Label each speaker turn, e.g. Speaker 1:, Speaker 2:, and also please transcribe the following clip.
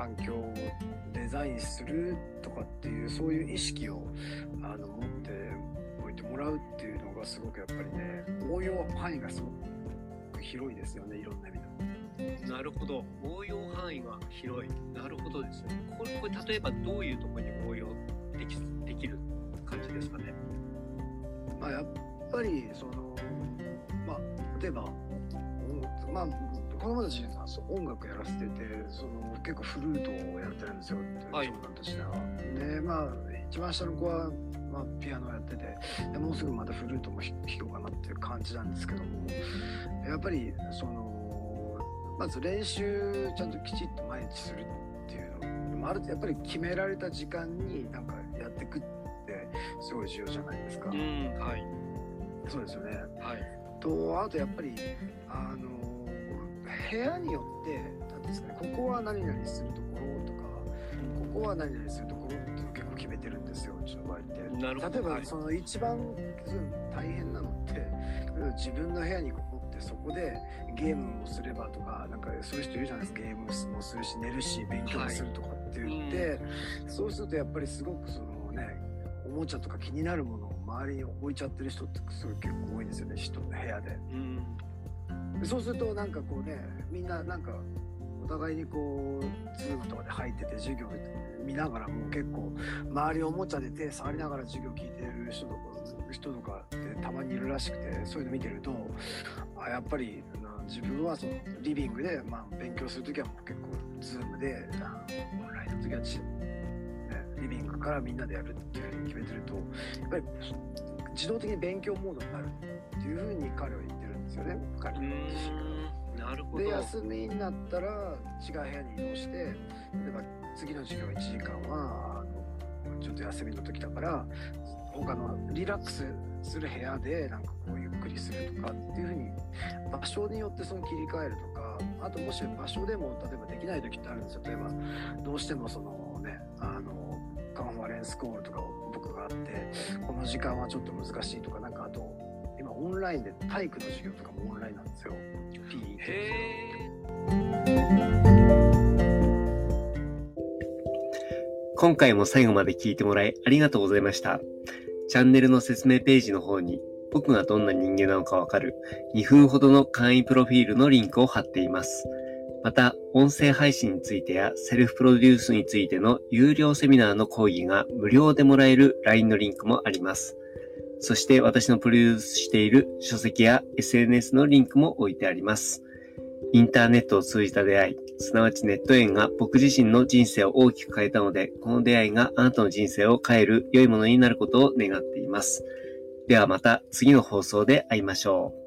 Speaker 1: 環境をデザインするとかっていうそういう意識を持っておいてもらうっていうのがすごくやっぱりね、応用範囲がすごく広いですよね、いろんな意味で。
Speaker 2: なるほど、応用範囲が広い。なるほどですね。これ例えばどういうところに応用できる感じですかね。
Speaker 1: やっぱり例えば子供たちが音楽やらせてて結構フルートをやってるんですよ、
Speaker 2: はい、
Speaker 1: 長男たちが。で一番下の子は、ピアノをやってて、でもうすぐまたフルートも弾こうかなっていう感じなんですけども、やっぱりまず練習ちゃんときちっと毎日するっていうのあるとやっぱり決められた時間になんかやっていくってすごい重要じゃないですか。
Speaker 2: はい、
Speaker 1: そうですよね。
Speaker 2: はい。
Speaker 1: あとやっぱり部屋によってなんですかね、ここは何々するところとか、ここは何々するところっていうのを結構決めてるんですよ、うちの場合って。
Speaker 2: なるほど。
Speaker 1: 例えば、一番大変なのって自分の部屋にこもってそこでゲームもすればとか、なんかそういう人いるじゃないですか。ゲームもするし寝るし勉強もするとかって言って、そうするとやっぱりすごくおもちゃとか気になるものを周りに置いちゃってる人ってすごい結構多いんですよね、人の部屋で。そうするとなんかこうね、みんななんかお互いにこうズームとかで入ってて授業見ながらも結構周りおもちゃで手触りながら授業聞いてる人とかってたまにいるらしくて、そういうの見てるとやっぱり自分はリビングで、勉強するときはもう結構ズームでオンラインのときはリビングからみんなでやるっていうふうに決めてると、やっぱり自動的に勉強モードになるっていうふうに彼は言ってるんですよね、彼自身が。
Speaker 2: なるほど。
Speaker 1: で休みになったら違う部屋に移動して、例えば次の授業1時間はちょっと休みの時だから他のリラックスする部屋でなんかこうゆっくりするとかっていうふうに場所によって切り替えるとか、あともし場所でも例えばできない時ってあるんですよ。例えばどうしてもカンファレンスコールとか僕があってこの時間はちょっと難しいとか、なんかあと今オンラインで体育の授業とかもオンラインなんですよ。
Speaker 3: 今回も最後まで聞いてもらいありがとうございました。チャンネルの説明ページの方に僕がどんな人間なのかわかる2分ほどの簡易プロフィールのリンクを貼っています。また、音声配信についてやセルフプロデュースについての有料セミナーの講義が無料でもらえる LINE のリンクもあります。そして私のプロデュースしている書籍や SNS のリンクも置いてあります。インターネットを通じた出会い、すなわちネット縁が僕自身の人生を大きく変えたので、この出会いがあなたの人生を変える良いものになることを願っています。ではまた次の放送で会いましょう。